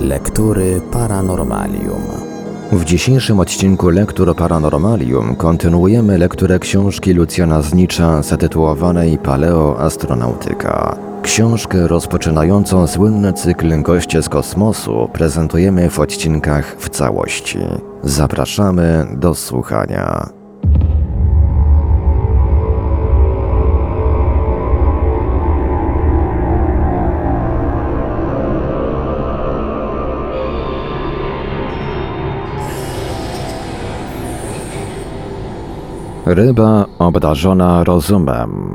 Lektury Paranormalium. W dzisiejszym odcinku Lektur Paranormalium kontynuujemy lekturę książki Lucjana Znicza zatytułowanej Paleoastronautyka. Książkę rozpoczynającą słynny cykl Goście z kosmosu prezentujemy w odcinkach w całości. Zapraszamy do słuchania. Ryba obdarzona rozumem.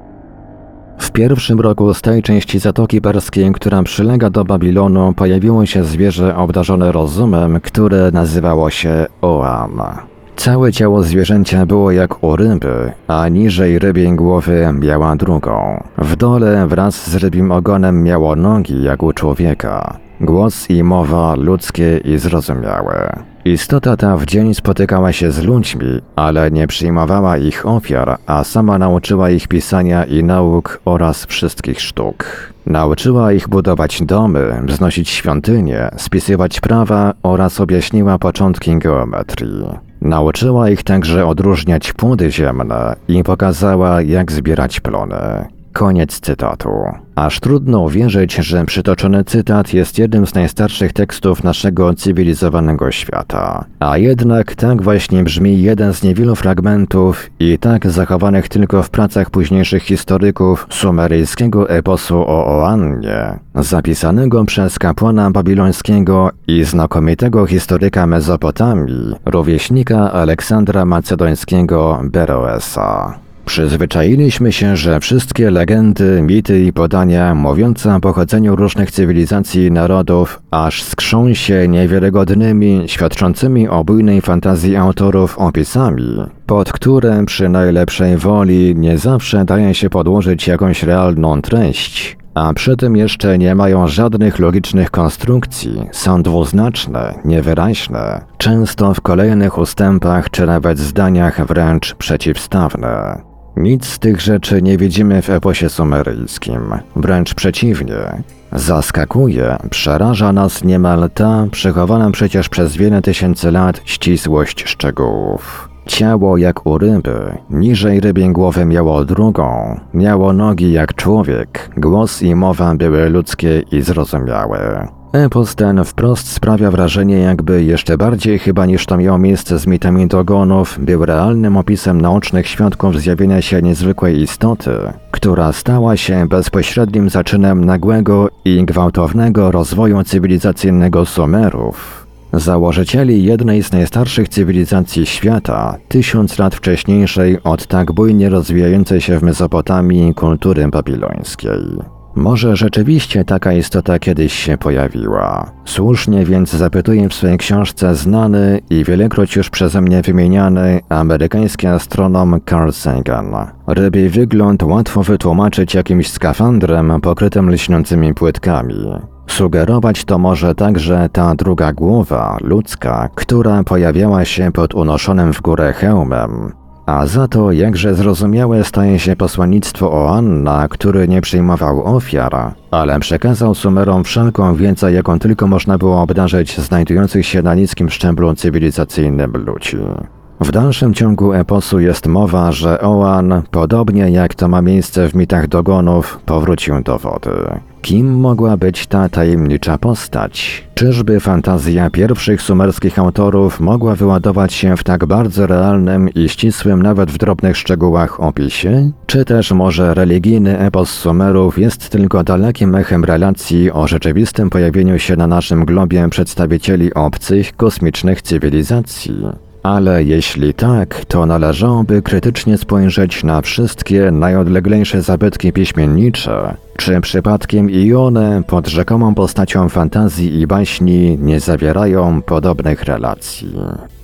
W pierwszym roku z tej części Zatoki Perskiej, która przylega do Babilonu, pojawiło się zwierzę obdarzone rozumem, które nazywało się Oan. Całe ciało zwierzęcia było jak u ryby, a niżej rybiej głowy miała drugą. W dole wraz z rybim ogonem miało nogi jak u człowieka. Głos i mowa ludzkie i zrozumiałe. Istota ta w dzień spotykała się z ludźmi, ale nie przyjmowała ich ofiar, a sama nauczyła ich pisania i nauk oraz wszystkich sztuk. Nauczyła ich budować domy, wznosić świątynie, spisywać prawa oraz objaśniła początki geometrii. Nauczyła ich także odróżniać płody ziemne i pokazała, jak zbierać plony. Koniec cytatu. Aż trudno uwierzyć, że przytoczony cytat jest jednym z najstarszych tekstów naszego cywilizowanego świata. A jednak tak właśnie brzmi jeden z niewielu fragmentów i tak zachowanych tylko w pracach późniejszych historyków sumeryjskiego eposu o Oannie, zapisanego przez kapłana babilońskiego i znakomitego historyka Mezopotamii, rówieśnika Aleksandra Macedońskiego Beroesa. Przyzwyczailiśmy się, że wszystkie legendy, mity i podania mówiące o pochodzeniu różnych cywilizacji i narodów aż skrzą się niewiarygodnymi, świadczącymi o bujnej fantazji autorów opisami, pod które przy najlepszej woli nie zawsze daje się podłożyć jakąś realną treść, a przy tym jeszcze nie mają żadnych logicznych konstrukcji, są dwuznaczne, niewyraźne, często w kolejnych ustępach czy nawet zdaniach wręcz przeciwstawne. Nic z tych rzeczy nie widzimy w eposie sumeryjskim, wręcz przeciwnie. Zaskakuje, przeraża nas niemal ta, przechowana przecież przez wiele tysięcy lat ścisłość szczegółów. Ciało jak u ryby, niżej rybiej głowy miało drugą, miało nogi jak człowiek, głos i mowa były ludzkie i zrozumiałe. Epos ten wprost sprawia wrażenie, jakby jeszcze bardziej chyba niż to miało miejsce z mitami Dogonów, był realnym opisem naocznych świadków zjawienia się niezwykłej istoty, która stała się bezpośrednim zaczynem nagłego i gwałtownego rozwoju cywilizacyjnego Sumerów, założycieli jednej z najstarszych cywilizacji świata, 1000 lat wcześniejszej od tak bujnie rozwijającej się w Mezopotamii kultury babilońskiej. Może rzeczywiście taka istota kiedyś się pojawiła. Słusznie więc zapytuję w swojej książce znany i wielekroć już przeze mnie wymieniany amerykański astronom Carl Sagan. Rybi wygląd łatwo wytłumaczyć jakimś skafandrem pokrytym lśniącymi płytkami. Sugerować to może także ta druga głowa, ludzka, która pojawiała się pod unoszonym w górę hełmem. A za to jakże zrozumiałe staje się posłannictwo Oanna, który nie przyjmował ofiar, ale przekazał Sumerom wszelką wiedzę, jaką tylko można było obdarzyć znajdujących się na niskim szczeblu cywilizacyjnym ludzi. W dalszym ciągu eposu jest mowa, że Oan, podobnie jak to ma miejsce w mitach Dogonów, powrócił do wody. Kim mogła być ta tajemnicza postać? Czyżby fantazja pierwszych sumerskich autorów mogła wyładować się w tak bardzo realnym i ścisłym nawet w drobnych szczegółach opisie? Czy też może religijny epos Sumerów jest tylko dalekim echem relacji o rzeczywistym pojawieniu się na naszym globie przedstawicieli obcych, kosmicznych cywilizacji? Ale jeśli tak, to należałoby krytycznie spojrzeć na wszystkie najodleglejsze zabytki piśmiennicze, czy przypadkiem i one pod rzekomą postacią fantazji i baśni nie zawierają podobnych relacji.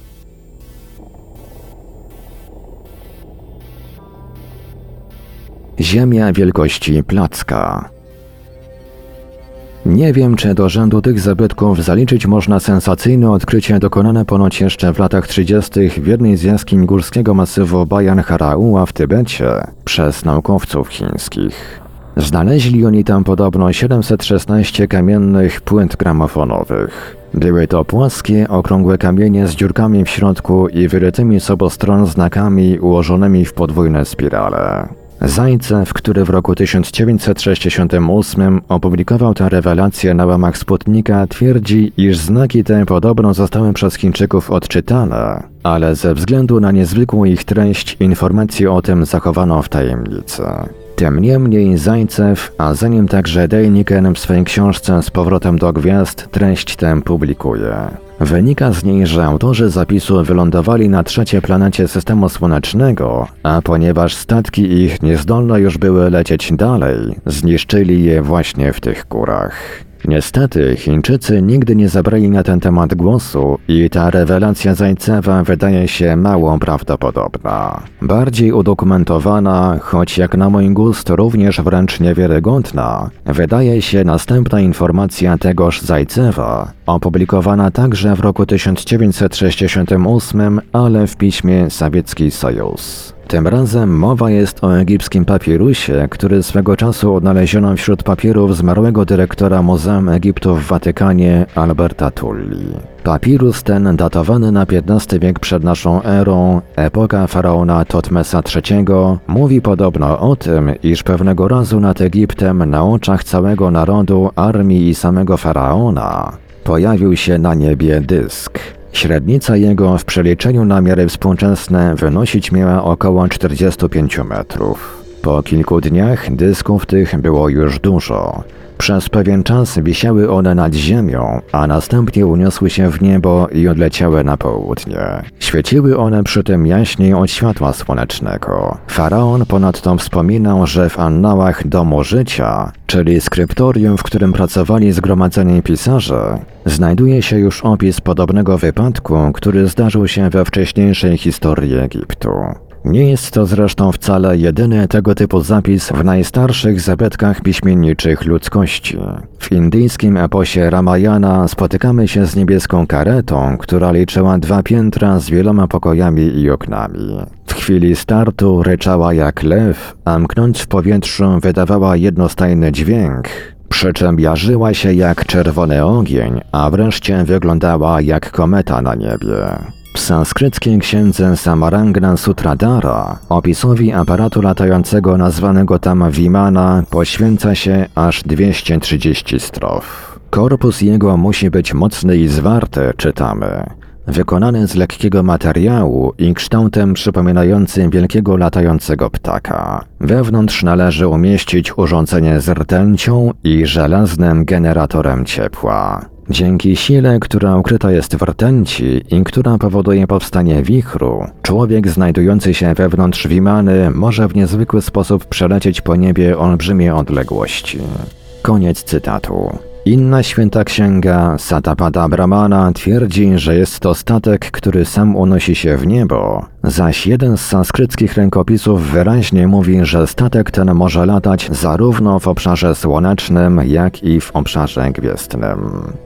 Ziemia wielkości placka. Nie wiem, czy do rzędu tych zabytków zaliczyć można sensacyjne odkrycie dokonane ponoć jeszcze w latach 30. w jednej z jaskiń górskiego masywu Bajan Haraua w Tybecie przez naukowców chińskich. Znaleźli oni tam podobno 716 kamiennych płyt gramofonowych. Były to płaskie, okrągłe kamienie z dziurkami w środku i wyrytymi z obu stron znakami ułożonymi w podwójne spirale. Zajcew, który w roku 1968 opublikował tę rewelację na łamach Sputnika, twierdzi, iż znaki te podobno zostały przez Chińczyków odczytane, ale ze względu na niezwykłą ich treść informacje o tym zachowano w tajemnicy. Tym niemniej Zajcew, a za nim także Däniken w swojej książce Z powrotem do gwiazd treść tę publikuje. Wynika z niej, że autorzy zapisu wylądowali na trzeciej planecie systemu słonecznego, a ponieważ statki ich niezdolne już były lecieć dalej, zniszczyli je właśnie w tych górach. Niestety Chińczycy nigdy nie zabrali na ten temat głosu i ta rewelacja Zajcewa wydaje się mało prawdopodobna. Bardziej udokumentowana, choć jak na mój gust również wręcz niewiarygodna, wydaje się następna informacja tegoż Zajcewa, opublikowana także w roku 1968, ale w piśmie Sowiecki Sojus. Tym razem mowa jest o egipskim papirusie, który swego czasu odnaleziono wśród papierów zmarłego dyrektora Muzeum Egiptu w Watykanie Alberta Tulli. Papirus ten, datowany na XV wiek przed naszą erą, epoka faraona Totmesa III, mówi podobno o tym, iż pewnego razu nad Egiptem na oczach całego narodu, armii i samego faraona pojawił się na niebie dysk. Średnica jego w przeliczeniu na miary współczesne wynosić miała około 45 metrów. Po kilku dniach dysków tych było już dużo. Przez pewien czas wisiały one nad ziemią, a następnie uniosły się w niebo i odleciały na południe. Świeciły one przy tym jaśniej od światła słonecznego. Faraon ponadto wspominał, że w annałach Domu Życia, czyli skryptorium, w którym pracowali zgromadzeni pisarze, znajduje się już opis podobnego wypadku, który zdarzył się we wcześniejszej historii Egiptu. Nie jest to zresztą wcale jedyny tego typu zapis w najstarszych zabytkach piśmienniczych ludzkości. W indyjskim eposie Ramayana spotykamy się z niebieską karetą, która liczyła 2 piętra z wieloma pokojami i oknami. W chwili startu ryczała jak lew, a mknąc w powietrzu wydawała jednostajny dźwięk, przy czym jarzyła się jak czerwony ogień, a wreszcie wyglądała jak kometa na niebie. W sanskryckiej księdze Samarangna Sutradhara opisowi aparatu latającego nazwanego tam Vimana poświęca się aż 230 strof. Korpus jego musi być mocny i zwarty, czytamy, wykonany z lekkiego materiału i kształtem przypominającym wielkiego latającego ptaka. Wewnątrz należy umieścić urządzenie z rtęcią i żelaznym generatorem ciepła. Dzięki sile, która ukryta jest w rtęci i która powoduje powstanie wichru, człowiek znajdujący się wewnątrz Vimany może w niezwykły sposób przelecieć po niebie olbrzymie odległości. Koniec cytatu. Inna święta księga, Satapada Brahmana, twierdzi, że jest to statek, który sam unosi się w niebo, zaś jeden z sanskryckich rękopisów wyraźnie mówi, że statek ten może latać zarówno w obszarze słonecznym, jak i w obszarze gwiezdnym.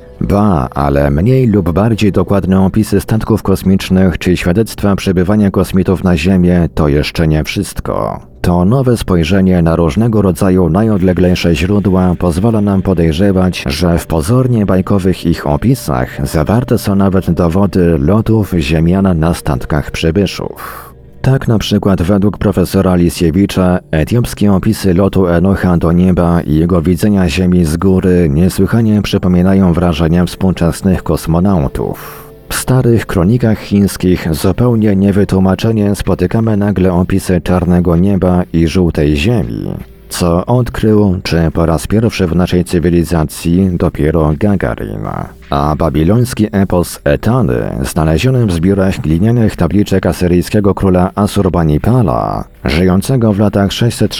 Ba, ale mniej lub bardziej dokładne opisy statków kosmicznych czy świadectwa przybywania kosmitów na Ziemię to jeszcze nie wszystko. To nowe spojrzenie na różnego rodzaju najodleglejsze źródła pozwala nam podejrzewać, że w pozornie bajkowych ich opisach zawarte są nawet dowody lotów Ziemian na statkach przybyszów. Tak na przykład według profesora Lisiewicza etiopskie opisy lotu Enocha do nieba i jego widzenia Ziemi z góry niesłychanie przypominają wrażenia współczesnych kosmonautów. W starych kronikach chińskich zupełnie niewytłumaczenie spotykamy nagle opisy czarnego nieba i żółtej ziemi, co odkrył, czy po raz pierwszy w naszej cywilizacji, dopiero Gagarin. A babiloński epos Etany, znaleziony w zbiorach glinianych tabliczek asyryjskiego króla Asurbanipala, żyjącego w latach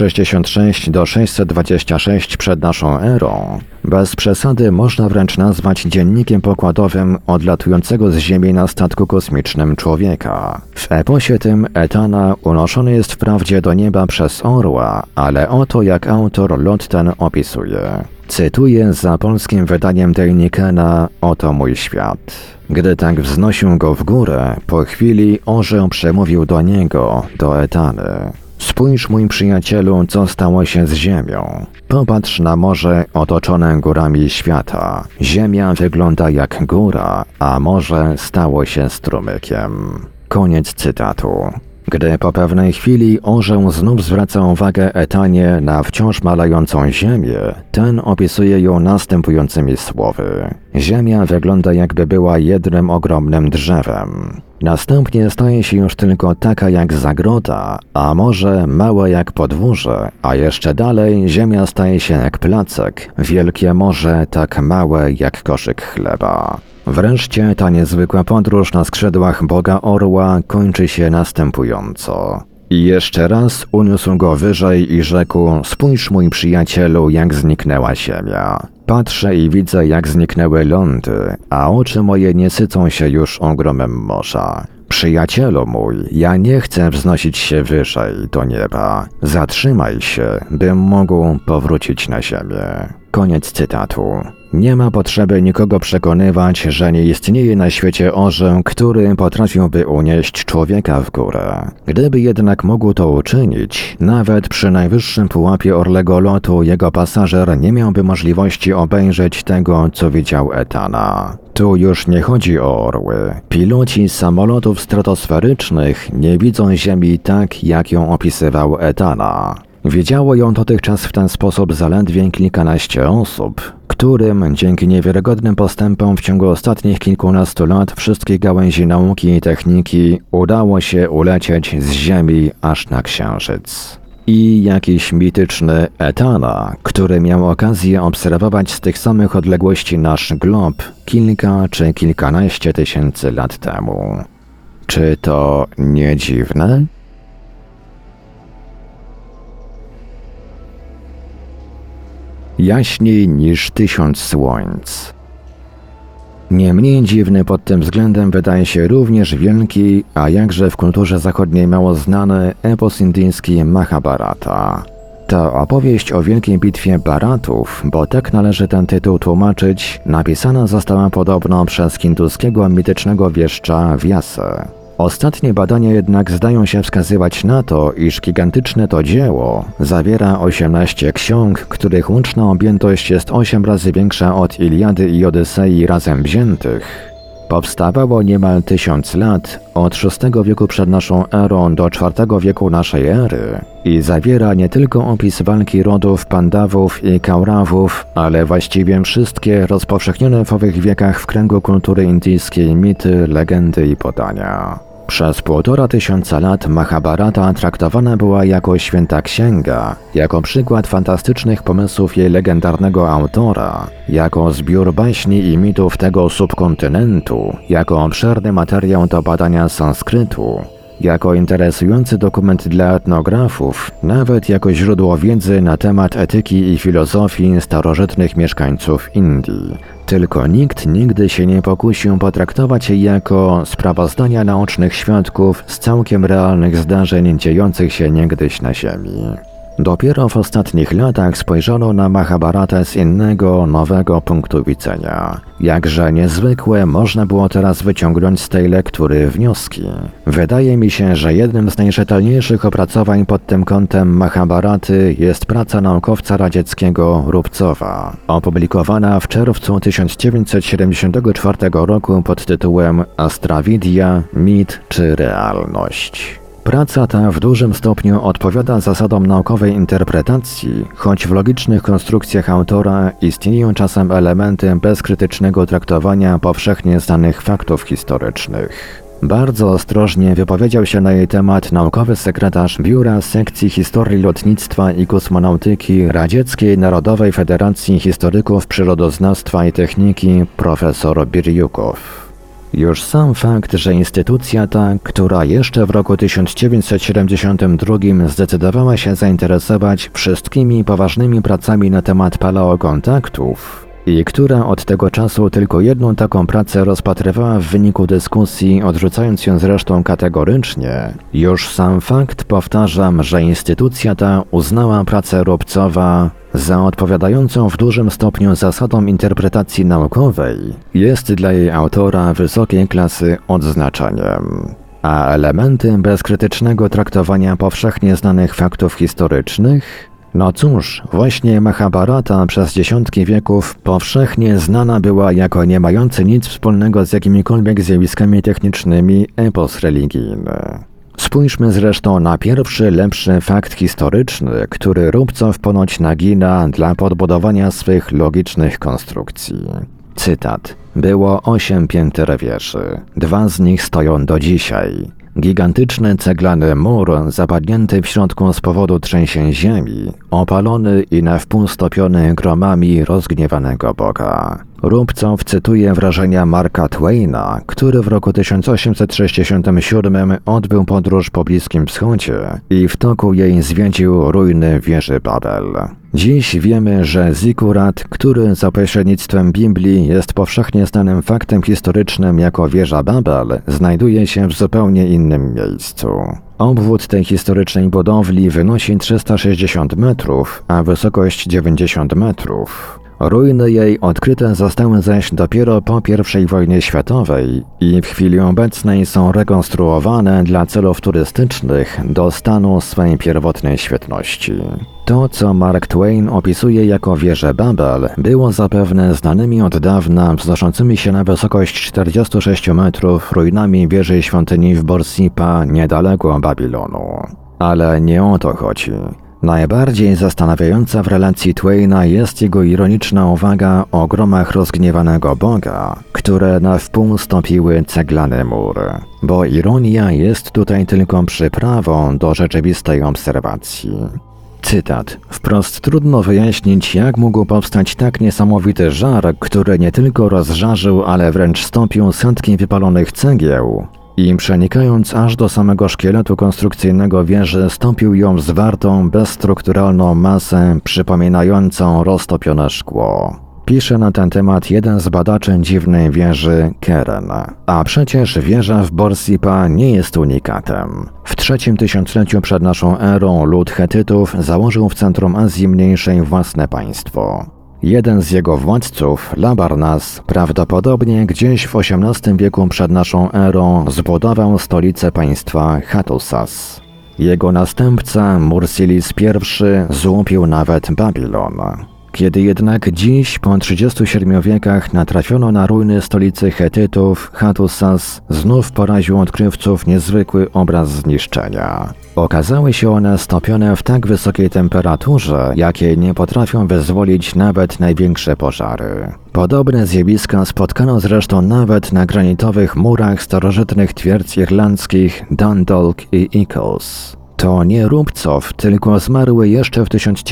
666 do 626 przed naszą erą, bez przesady można wręcz nazwać dziennikiem pokładowym odlatującego z Ziemi na statku kosmicznym człowieka. W eposie tym Etana unoszony jest wprawdzie do nieba przez orła, ale oto jak autor lot ten opisuje. Cytuję za polskim wydaniem Dänikena Oto mój świat. Gdy tak wznosił go w górę, po chwili orzeł przemówił do niego, do Etany. Spójrz, mój przyjacielu, co stało się z Ziemią. Popatrz na morze otoczone górami świata. Ziemia wygląda jak góra, a morze stało się strumykiem. Koniec cytatu. Gdy po pewnej chwili orzeł znów zwraca uwagę Etanie na wciąż malejącą ziemię, ten opisuje ją następującymi słowy. Ziemia wygląda, jakby była jednym ogromnym drzewem. Następnie staje się już tylko taka jak zagroda, a morze małe jak podwórze, a jeszcze dalej ziemia staje się jak placek, wielkie morze tak małe jak koszyk chleba. Wreszcie ta niezwykła podróż na skrzydłach Boga Orła kończy się następująco. I jeszcze raz uniósł go wyżej i rzekł: spójrz, mój przyjacielu, jak zniknęła ziemia. Patrzę i widzę, jak zniknęły lądy, a oczy moje nie sycą się już ogromem morza. Przyjacielu mój, ja nie chcę wznosić się wyżej do nieba. Zatrzymaj się, bym mógł powrócić na ziemię. Koniec cytatu. Nie ma potrzeby nikogo przekonywać, że nie istnieje na świecie orzeł, który potrafiłby unieść człowieka w górę. Gdyby jednak mógł to uczynić, nawet przy najwyższym pułapie orlego lotu jego pasażer nie miałby możliwości obejrzeć tego, co widział Etana. Tu już nie chodzi o orły. Piloci samolotów stratosferycznych nie widzą Ziemi tak, jak ją opisywał Etana. Widziało ją dotychczas w ten sposób zaledwie kilkanaście osób, którym dzięki niewiarygodnym postępom w ciągu ostatnich kilkunastu lat wszystkich gałęzi nauki i techniki udało się ulecieć z Ziemi aż na Księżyc. I jakiś mityczny Etana, który miał okazję obserwować z tych samych odległości nasz glob kilka czy kilkanaście tysięcy lat temu. Czy to nie dziwne? Jaśniej niż 1000 słońc. Nie mniej dziwny pod tym względem wydaje się również wielki, a jakże w kulturze zachodniej mało znany epos indyjski Mahabharata. To opowieść o wielkiej bitwie Bharatów, bo tak należy ten tytuł tłumaczyć, napisana została podobno przez hinduskiego mitycznego wieszcza Vyasę. Ostatnie badania jednak zdają się wskazywać na to, iż gigantyczne to dzieło zawiera 18 ksiąg, których łączna objętość jest 8 razy większa od Iliady i Odysei razem wziętych. Powstawało niemal 1000 lat, od VI wieku przed naszą erą do IV wieku naszej ery i zawiera nie tylko opis walki rodów Pandawów i Kaurawów, ale właściwie wszystkie rozpowszechnione w owych wiekach w kręgu kultury indyjskiej mity, legendy i podania. Przez 1500 lat Mahabharata traktowana była jako święta księga, jako przykład fantastycznych pomysłów jej legendarnego autora, jako zbiór baśni i mitów tego subkontynentu, jako obszerny materiał do badania sanskrytu, jako interesujący dokument dla etnografów, nawet jako źródło wiedzy na temat etyki i filozofii starożytnych mieszkańców Indii. Tylko nikt nigdy się nie pokusił potraktować jej jako sprawozdania naocznych świadków z całkiem realnych zdarzeń dziejących się niegdyś na Ziemi. Dopiero w ostatnich latach spojrzano na Mahabharatę z innego, nowego punktu widzenia. Jakże niezwykłe można było teraz wyciągnąć z tej lektury wnioski. Wydaje mi się, że jednym z najrzetelniejszych opracowań pod tym kątem Mahabharaty jest praca naukowca radzieckiego Rubcowa, opublikowana w czerwcu 1974 roku pod tytułem Astravidya, mit czy realność. Praca ta w dużym stopniu odpowiada zasadom naukowej interpretacji, choć w logicznych konstrukcjach autora istnieją czasem elementy bezkrytycznego traktowania powszechnie znanych faktów historycznych. Bardzo ostrożnie wypowiedział się na jej temat naukowy sekretarz Biura Sekcji Historii Lotnictwa i Kosmonautyki Radzieckiej Narodowej Federacji Historyków Przyrodoznawstwa i Techniki profesor Birjukow. Już sam fakt, że instytucja ta, która jeszcze w roku 1972 zdecydowała się zainteresować wszystkimi poważnymi pracami na temat paleokontaktów i która od tego czasu tylko jedną taką pracę rozpatrywała w wyniku dyskusji, odrzucając ją zresztą kategorycznie, już sam fakt, powtarzam, że instytucja ta uznała pracę Rubcowa za odpowiadającą w dużym stopniu zasadom interpretacji naukowej, jest dla jej autora wysokiej klasy odznaczeniem. A elementy bezkrytycznego traktowania powszechnie znanych faktów historycznych? No cóż, właśnie Mahabharata przez dziesiątki wieków powszechnie znana była jako nie mający nic wspólnego z jakimikolwiek zjawiskami technicznymi epos religijny. Spójrzmy zresztą na pierwszy, lepszy fakt historyczny, który Rubcow ponoć nagina dla podbudowania swych logicznych konstrukcji. Cytat. Było 8 pięter wieży. 2 z nich stoją do dzisiaj. Gigantyczny ceglany mur, zapadnięty w środku z powodu trzęsień ziemi, opalony i na wpół stopiony gromami rozgniewanego Boga. Rubcow cytuje wrażenia Marka Twaina, który w roku 1867 odbył podróż po Bliskim Wschodzie i w toku jej zwiedził ruiny wieży Babel. Dziś wiemy, że Zikurat, który za pośrednictwem Biblii jest powszechnie znanym faktem historycznym jako wieża Babel, znajduje się w zupełnie innym miejscu. Obwód tej historycznej budowli wynosi 360 metrów, a wysokość 90 metrów. Ruiny jej odkryte zostały zaś dopiero po I wojnie światowej i w chwili obecnej są rekonstruowane dla celów turystycznych do stanu swej pierwotnej świetności. To, co Mark Twain opisuje jako wieżę Babel, było zapewne znanymi od dawna wznoszącymi się na wysokość 46 metrów ruinami wieży świątyni w Borsippa niedaleko Babilonu. Ale nie o to chodzi. Najbardziej zastanawiająca w relacji Twaina jest jego ironiczna uwaga o gromach rozgniewanego Boga, które na wpół stopiły ceglany mur. Bo ironia jest tutaj tylko przyprawą do rzeczywistej obserwacji. Cytat. Wprost trudno wyjaśnić, jak mógł powstać tak niesamowity żar, który nie tylko rozżarzył, ale wręcz stopił setki wypalonych cegieł i przenikając aż do samego szkieletu konstrukcyjnego wieży, stopił ją w zwartą, bezstrukturalną masę przypominającą roztopione szkło. Pisze na ten temat jeden z badaczy dziwnej wieży, Keren. A przecież wieża w Borsippa nie jest unikatem. W III tysiącleciu przed naszą erą lud Chetytów założył w centrum Azji Mniejszej własne państwo. Jeden z jego władców, Labarnas, prawdopodobnie gdzieś w XVIII wieku przed naszą erą zbudował stolicę państwa Hattusas. Jego następca, Mursilis I, złupił nawet Babilon. Kiedy jednak dziś, po 37 wiekach, natrafiono na ruiny stolicy Chetytów, Hattusas znów poraził odkrywców niezwykły obraz zniszczenia. Okazały się one stopione w tak wysokiej temperaturze, jakiej nie potrafią wyzwolić nawet największe pożary. Podobne zjawiska spotkano zresztą nawet na granitowych murach starożytnych twierdz irlandzkich Dundalk i Eccles. To nie Rubcow, tylko zmarły jeszcze w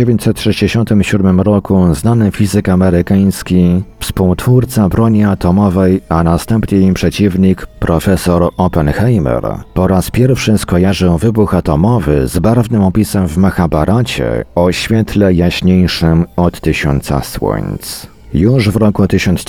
1967 roku znany fizyk amerykański, współtwórca broni atomowej, a następnie jej przeciwnik, profesor Oppenheimer, po raz pierwszy skojarzył wybuch atomowy z barwnym opisem w Mahabharacie o świetle jaśniejszym od 1000 słońc. Już w roku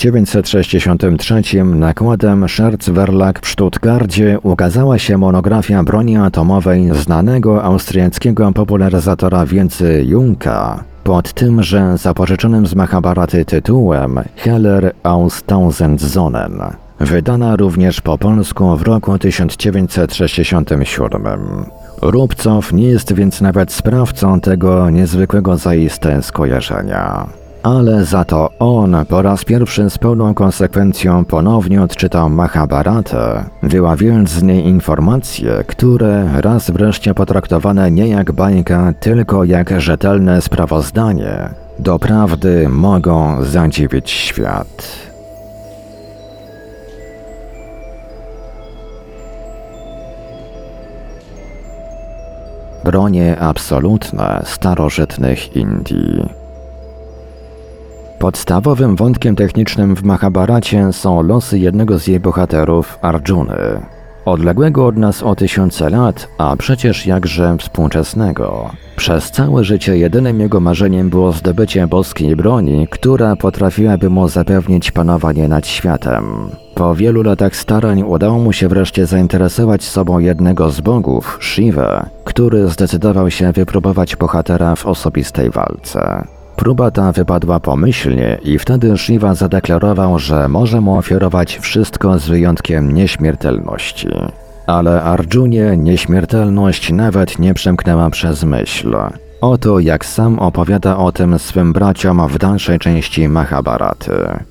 1963 nakładem Scherz Verlag w Stuttgarcie ukazała się monografia broni atomowej znanego austriackiego popularyzatora wiedzy Junka pod tymże zapożyczonym z Mahabharaty tytułem Heller aus Tausendsonnen, wydana również po polsku w roku 1967. Rubcow nie jest więc nawet sprawcą tego niezwykłego zaiste skojarzenia. Ale za to on po raz pierwszy z pełną konsekwencją ponownie odczytał Mahabharatę, wyławiając z niej informacje, które raz wreszcie potraktowane nie jak bajka, tylko jak rzetelne sprawozdanie, doprawdy mogą zadziwić świat. Bronie absolutne starożytnych Indii. Podstawowym wątkiem technicznym w Mahabharacie są losy jednego z jej bohaterów, Arjuny. Odległego od nas o tysiące lat, a przecież jakże współczesnego. Przez całe życie jedynym jego marzeniem było zdobycie boskiej broni, która potrafiłaby mu zapewnić panowanie nad światem. Po wielu latach starań udało mu się wreszcie zainteresować sobą jednego z bogów, Shivę, który zdecydował się wypróbować bohatera w osobistej walce. Próba ta wypadła pomyślnie i wtedy Shiva zadeklarował, że może mu ofiarować wszystko z wyjątkiem nieśmiertelności. Ale Arjunie nieśmiertelność nawet nie przemknęła przez myśl. Oto jak sam opowiada o tym swym braciom w dalszej części Mahabharaty.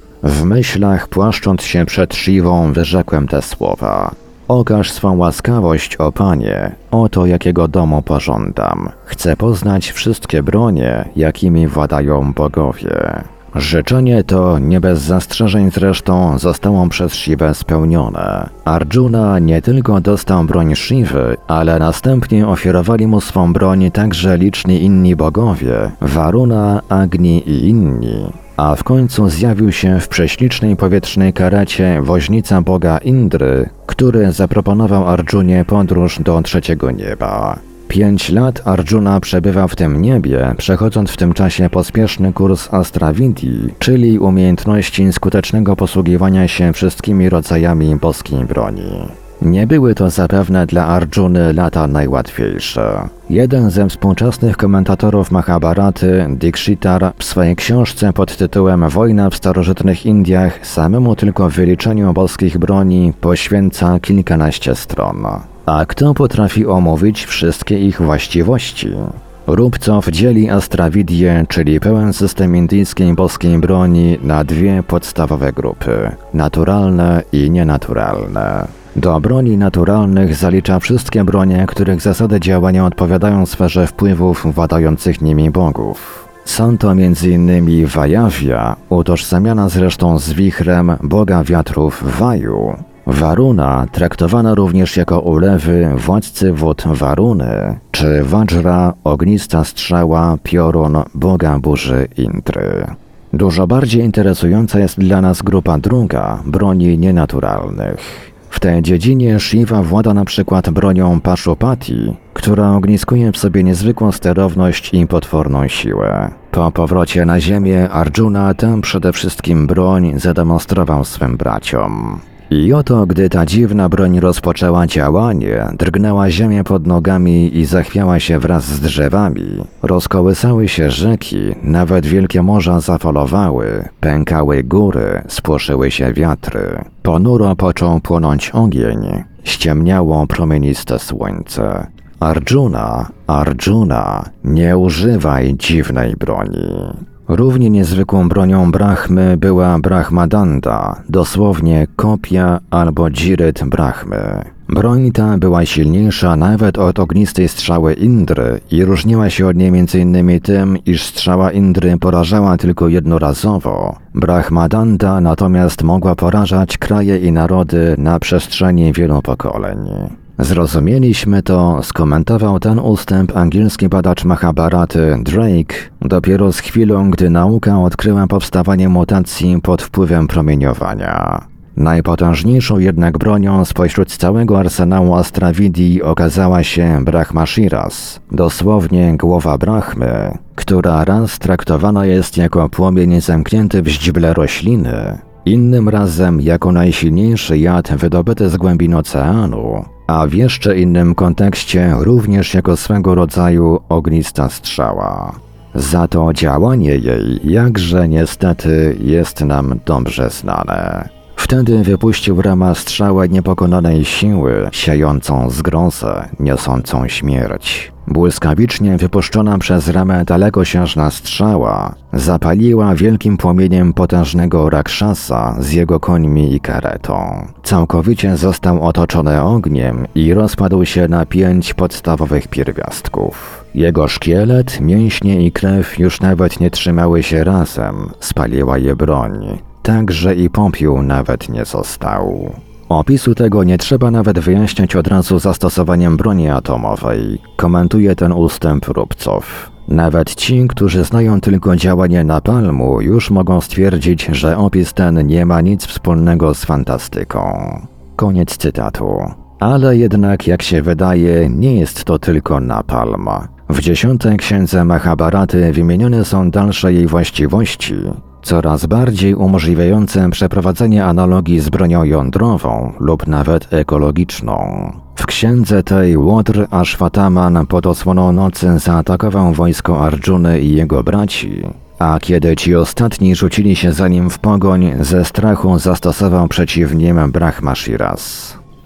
W myślach, płaszcząc się przed Shivą, wyrzekłem te słowa. Okaż swą łaskawość, o Panie, oto jakiego domu pożądam. Chcę poznać wszystkie bronie, jakimi władają bogowie. Życzenie to, nie bez zastrzeżeń zresztą, zostało przez Shivę spełnione. Arjuna nie tylko dostał broń Shivy, ale następnie ofiarowali mu swą broń także liczni inni bogowie, Varuna, Agni i inni. A w końcu zjawił się w prześlicznej powietrznej karecie woźnica boga Indry, który zaproponował Arjunie podróż do trzeciego nieba. 5 lat Arjuna przebywał w tym niebie, przechodząc w tym czasie pospieszny kurs Astravidhi, czyli umiejętności skutecznego posługiwania się wszystkimi rodzajami boskiej broni. Nie były to zapewne dla Arjuny lata najłatwiejsze. Jeden ze współczesnych komentatorów Mahabharaty, Dikshitar, w swojej książce pod tytułem Wojna w starożytnych Indiach samemu tylko wyliczeniu boskich broni poświęca kilkanaście stron. A kto potrafi omówić wszystkie ich właściwości? Rubcow dzieli Astravidhię, czyli pełen system indyjskiej boskiej broni, na dwie podstawowe grupy – naturalne i nienaturalne. Do broni naturalnych zalicza wszystkie bronie, których zasady działania odpowiadają sferze wpływów władających nimi bogów. Są to m.in. Vajavya, utożsamiana zresztą z wichrem boga wiatrów Vaju, Varuna, traktowana również jako ulewy władcy wód Varuny, czy Vajra, ognista strzała, piorun boga burzy Indry. Dużo bardziej interesująca jest dla nas grupa druga, broni nienaturalnych. W tej dziedzinie Shiva włada na przykład bronią Pashupati, która ogniskuje w sobie niezwykłą sterowność i potworną siłę. Po powrocie na ziemię Arjuna tę przede wszystkim broń zademonstrował swym braciom. I oto, gdy ta dziwna broń rozpoczęła działanie, drgnęła ziemię pod nogami i zachwiała się wraz z drzewami. Rozkołysały się rzeki, nawet wielkie morza zafalowały, pękały góry, spłoszyły się wiatry. Ponuro począł płonąć ogień, ściemniało promieniste słońce. Arjuna, Arjuna, nie używaj dziwnej broni. Równie niezwykłą bronią Brahmy była Brahmadanda, dosłownie kopia albo dziryt Brahmy. Broń ta była silniejsza nawet od ognistej strzały Indry i różniła się od niej m.in. tym, iż strzała Indry porażała tylko jednorazowo. Brahmadanda natomiast mogła porażać kraje i narody na przestrzeni wielu pokoleń. Zrozumieliśmy to, skomentował ten ustęp angielski badacz Mahabharaty Drake, dopiero z chwilą, gdy nauka odkryła powstawanie mutacji pod wpływem promieniowania. Najpotężniejszą jednak bronią spośród całego arsenału Astravidhi okazała się Brahmashiras, dosłownie głowa Brahmy, która raz traktowana jest jako płomień zamknięty w źdźble rośliny, innym razem jako najsilniejszy jad wydobyty z głębin oceanu, a w jeszcze innym kontekście również jako swego rodzaju ognista strzała. Za to działanie jej, jakże niestety, jest nam dobrze znane. Wtedy wypuścił Rama strzałę niepokonanej siły, siejącą zgrozę, niosącą śmierć. Błyskawicznie wypuszczona przez Ramę dalekosiężna strzała zapaliła wielkim płomieniem potężnego Rakshasa z jego końmi i karetą. Całkowicie został otoczony ogniem i rozpadł się na 5 podstawowych pierwiastków. Jego szkielet, mięśnie i krew już nawet nie trzymały się razem, spaliła je broń. Także i popiół nawet nie został. Opisu tego nie trzeba nawet wyjaśniać od razu zastosowaniem broni atomowej, komentuje ten ustęp Rubcow. Nawet ci, którzy znają tylko działanie napalmu, już mogą stwierdzić, że opis ten nie ma nic wspólnego z fantastyką. Koniec cytatu. Ale jednak, jak się wydaje, nie jest to tylko napalm. W 10. księdze Mahabharaty wymienione są dalsze jej właściwości, coraz bardziej umożliwiające przeprowadzenie analogii z bronią jądrową lub nawet ekologiczną. W księdze tej Łodr Ashwataman pod osłoną nocy zaatakował wojsko Arjuny i jego braci, a kiedy ci ostatni rzucili się za nim w pogoń, ze strachu zastosował przeciw nim Brahmashiras.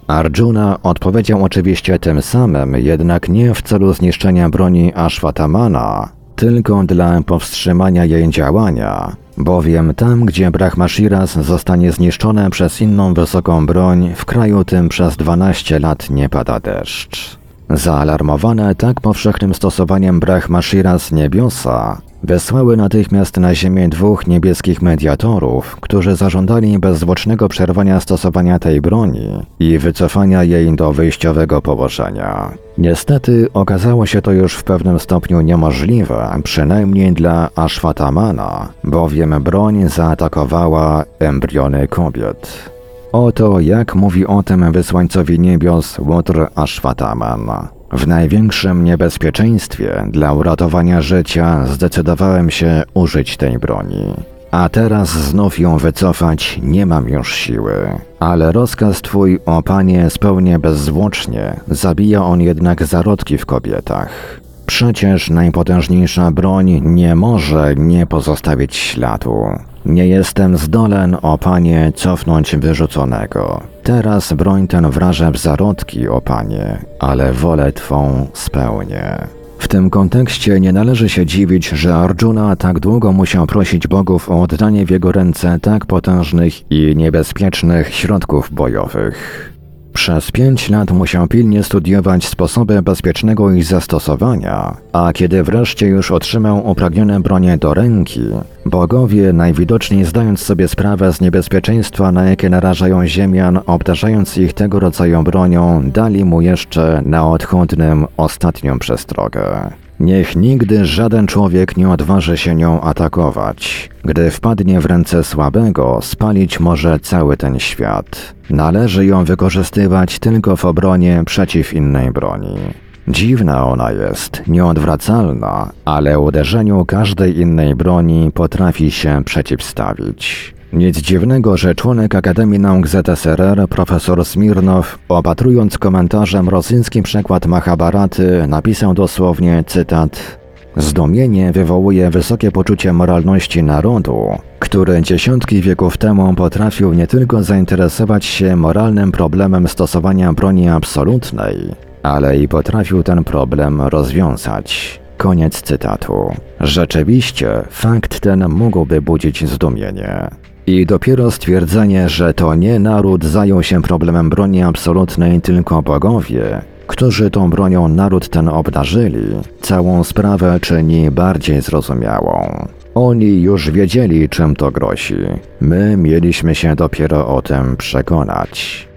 Arjuna odpowiedział oczywiście tym samym, jednak nie w celu zniszczenia broni Ashwatamana, tylko dla powstrzymania jej działania, bowiem tam, gdzie Brahmashiras zostanie zniszczone przez inną wysoką broń, w kraju tym przez 12 lat nie pada deszcz. Zaalarmowane tak powszechnym stosowaniem Brahmashiras niebiosa wysłały natychmiast na ziemię 2 niebieskich mediatorów, którzy zażądali bezzwłocznego przerwania stosowania tej broni i wycofania jej do wyjściowego położenia. Niestety okazało się to już w pewnym stopniu niemożliwe, przynajmniej dla Ashwatamana, bowiem broń zaatakowała embriony kobiet. Oto jak mówi o tym wysłańcowi niebios Łotr Ashwataman. W największym niebezpieczeństwie dla uratowania życia zdecydowałem się użyć tej broni. A teraz znów ją wycofać nie mam już siły. Ale rozkaz twój, o panie, spełnię bezzwłocznie, zabija on jednak zarodki w kobietach. Przecież najpotężniejsza broń nie może nie pozostawić śladu. Nie jestem zdolen, o panie, cofnąć wyrzuconego. Teraz broń ten wrażę w zarodki, o panie, ale wolę twą spełnię. W tym kontekście nie należy się dziwić, że Arjuna tak długo musiał prosić bogów o oddanie w jego ręce tak potężnych i niebezpiecznych środków bojowych. Przez 5 lat musiał pilnie studiować sposoby bezpiecznego ich zastosowania, a kiedy wreszcie już otrzymał upragnione bronie do ręki, bogowie, najwidoczniej zdając sobie sprawę z niebezpieczeństwa, na jakie narażają ziemian, obdarzając ich tego rodzaju bronią, dali mu jeszcze na odchodnym ostatnią przestrogę. Niech nigdy żaden człowiek nie odważy się nią atakować. Gdy wpadnie w ręce słabego, spalić może cały ten świat. Należy ją wykorzystywać tylko w obronie przeciw innej broni. Dziwna ona jest, nieodwracalna, ale uderzeniu każdej innej broni potrafi się przeciwstawić. Nic dziwnego, że członek Akademii Nauk ZSRR, profesor Smirnow, opatrując komentarzem rosyjski przekład Mahabharaty, napisał dosłownie, cytat: Zdumienie wywołuje wysokie poczucie moralności narodu, który dziesiątki wieków temu potrafił nie tylko zainteresować się moralnym problemem stosowania broni absolutnej, ale i potrafił ten problem rozwiązać. Koniec cytatu. Rzeczywiście, fakt ten mógłby budzić zdumienie. I dopiero stwierdzenie, że to nie naród zajął się problemem broni absolutnej, tylko bogowie, którzy tą bronią naród ten obdarzyli, całą sprawę czyni bardziej zrozumiałą. Oni już wiedzieli, czym to grozi. My mieliśmy się dopiero o tym przekonać.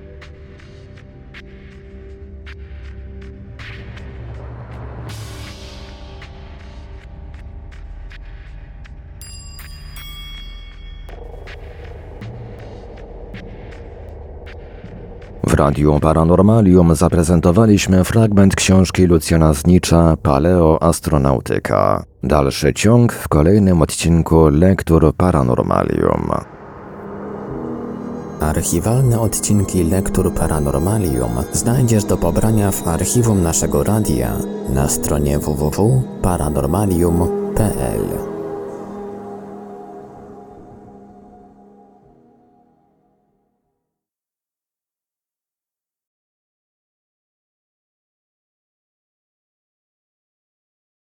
W Radiu Paranormalium zaprezentowaliśmy fragment książki Lucjana Znicza Paleoastronautyka. Dalszy ciąg w kolejnym odcinku Lektur Paranormalium. Archiwalne odcinki Lektur Paranormalium znajdziesz do pobrania w archiwum naszego radia na stronie www.paranormalium.pl.